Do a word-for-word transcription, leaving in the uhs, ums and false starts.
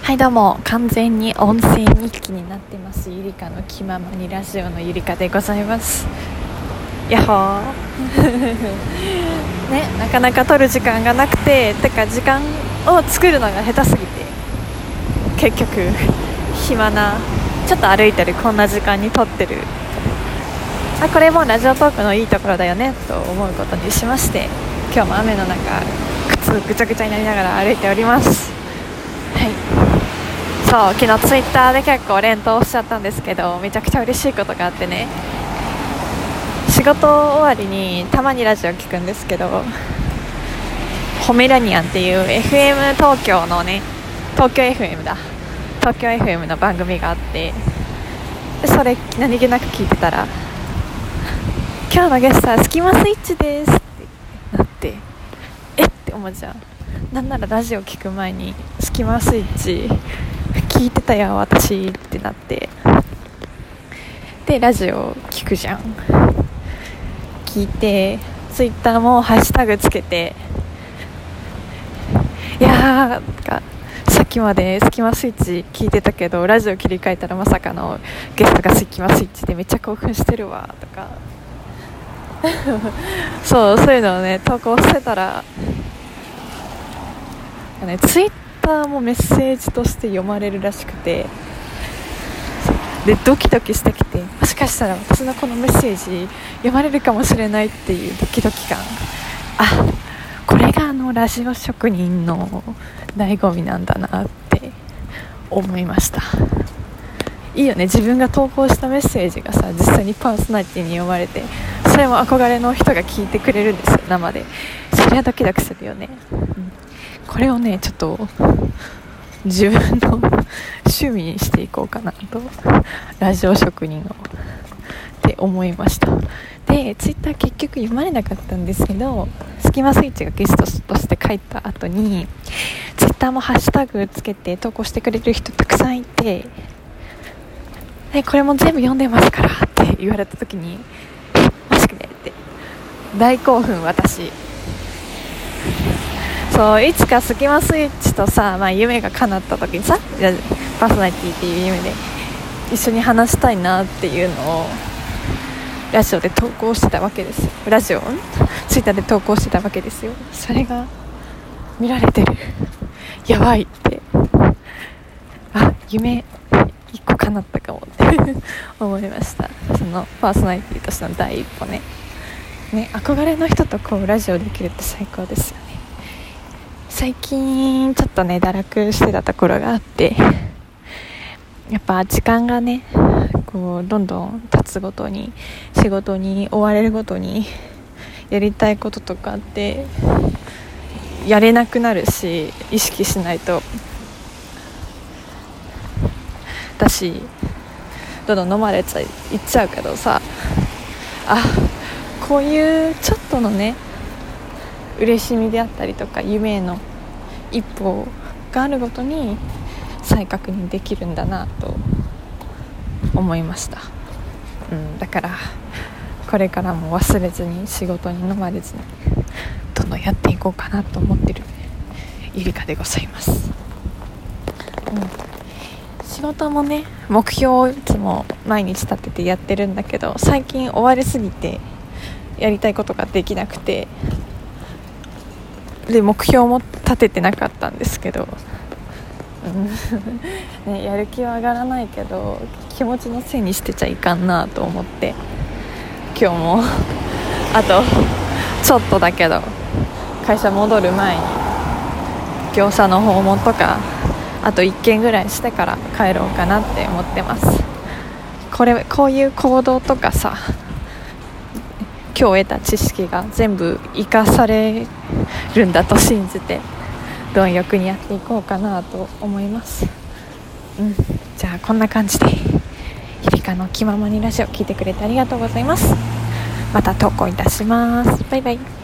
はいどうも、完全に音声日記になってますゆりかの気ままにラジオのゆりかでございます。やっほーね、なかなか撮る時間がなくて、てか時間を作るのが下手すぎて結局暇な、ちょっと歩いてるこんな時間に撮ってる。あ、これもラジオトークのいいところだよねと思うことにしまして、今日も雨の中靴ぐちゃぐちゃになりながら歩いております。はい、そう昨日ツイッターで結構連投しちゃったんですけど、めちゃくちゃ嬉しいことがあってね、仕事終わりにたまにラジオ聞くんですけど、ホメラニアンっていう エフエム 東京のね、東京 エフエム だ東京 エフエム の番組があって、でそれ何気なく聞いてたら、今日のゲストはスキマスイッチですってなって、えって思うじゃん。なんならラジオ聞く前にスキマスイッチ聞いてたよ私ってなって、でラジオ聞くじゃん。聞いてツイッターもハッシュタグつけて、いやーかさっきまでスキマスイッチ聞いてたけど、ラジオ切り替えたらまさかのゲストがスキマスイッチでめっちゃ興奮してるわとかそうそういうのをね投稿してたら、ね、ツイッターもメッセージとして読まれるらしくて、でドキドキしてきて、もしかしたら私のこのメッセージ読まれるかもしれないっていうドキドキ感。あ、これがあのラジオ職人の醍醐味なんだなって思いました。いいよね、自分が投稿したメッセージがさ、実際にパーソナリティに読まれて、それも憧れの人が聞いてくれるんですよ、生で。それはドキドキするよね、うん、これをねちょっと自分の趣味にしていこうかなと、ラジオ職人をって思いました。でツイッター結局読まれなかったんですけど、スキマスイッチがゲストとして書いた後にツイッターもハッシュタグつけて投稿してくれる人たくさんいて、でこれも全部読んでますからって言われた時に、マジでって大興奮。私そういつかスキマスイッチとさ、まあ、夢が叶った時にさ、パーソナリティっていう夢で一緒に話したいなっていうのをラジオで投稿してたわけですよ。ラジオツイッターで投稿してたわけですよ。それが見られてる、やばいって、あ、夢一個叶ったかもって思いました。そのパーソナリティとしての第一歩ね。ね、憧れの人とこうラジオできるって最高ですよね。最近ちょっとね堕落してたところがあって、やっぱ時間がねこうどんどん経つごとに、仕事に追われるごとにやりたいこととかってやれなくなるし、意識しないと。私どんどん飲まれちゃいっちゃうけどさ、あ、こういうちょっとのね嬉しみであったりとか夢への一歩があるごとに再確認できるんだなと思いました、うん、だからこれからも忘れずに、仕事に飲まれずにどんどんやっていこうかなと思ってるゆりかでございます、うん、仕事もね目標をいつも毎日立ててやってるんだけど、最近追われすぎてやりたいことができなくて、で目標も立ててなかったんですけど、ね、やる気は上がらないけど気持ちのせいにしてちゃいかんなと思って、今日もあとちょっとだけど会社戻る前に業者の訪問とかあといっけんぐらいしてから帰ろうかなって思ってます。これこういう行動とかさ、今日得た知識が全部生かされるんだと信じて貪欲にやっていこうかなと思います、うん、じゃあこんな感じでゆりかの気ままにラジオ聞いてくれてありがとうございます。また投稿いたします。バイバイ。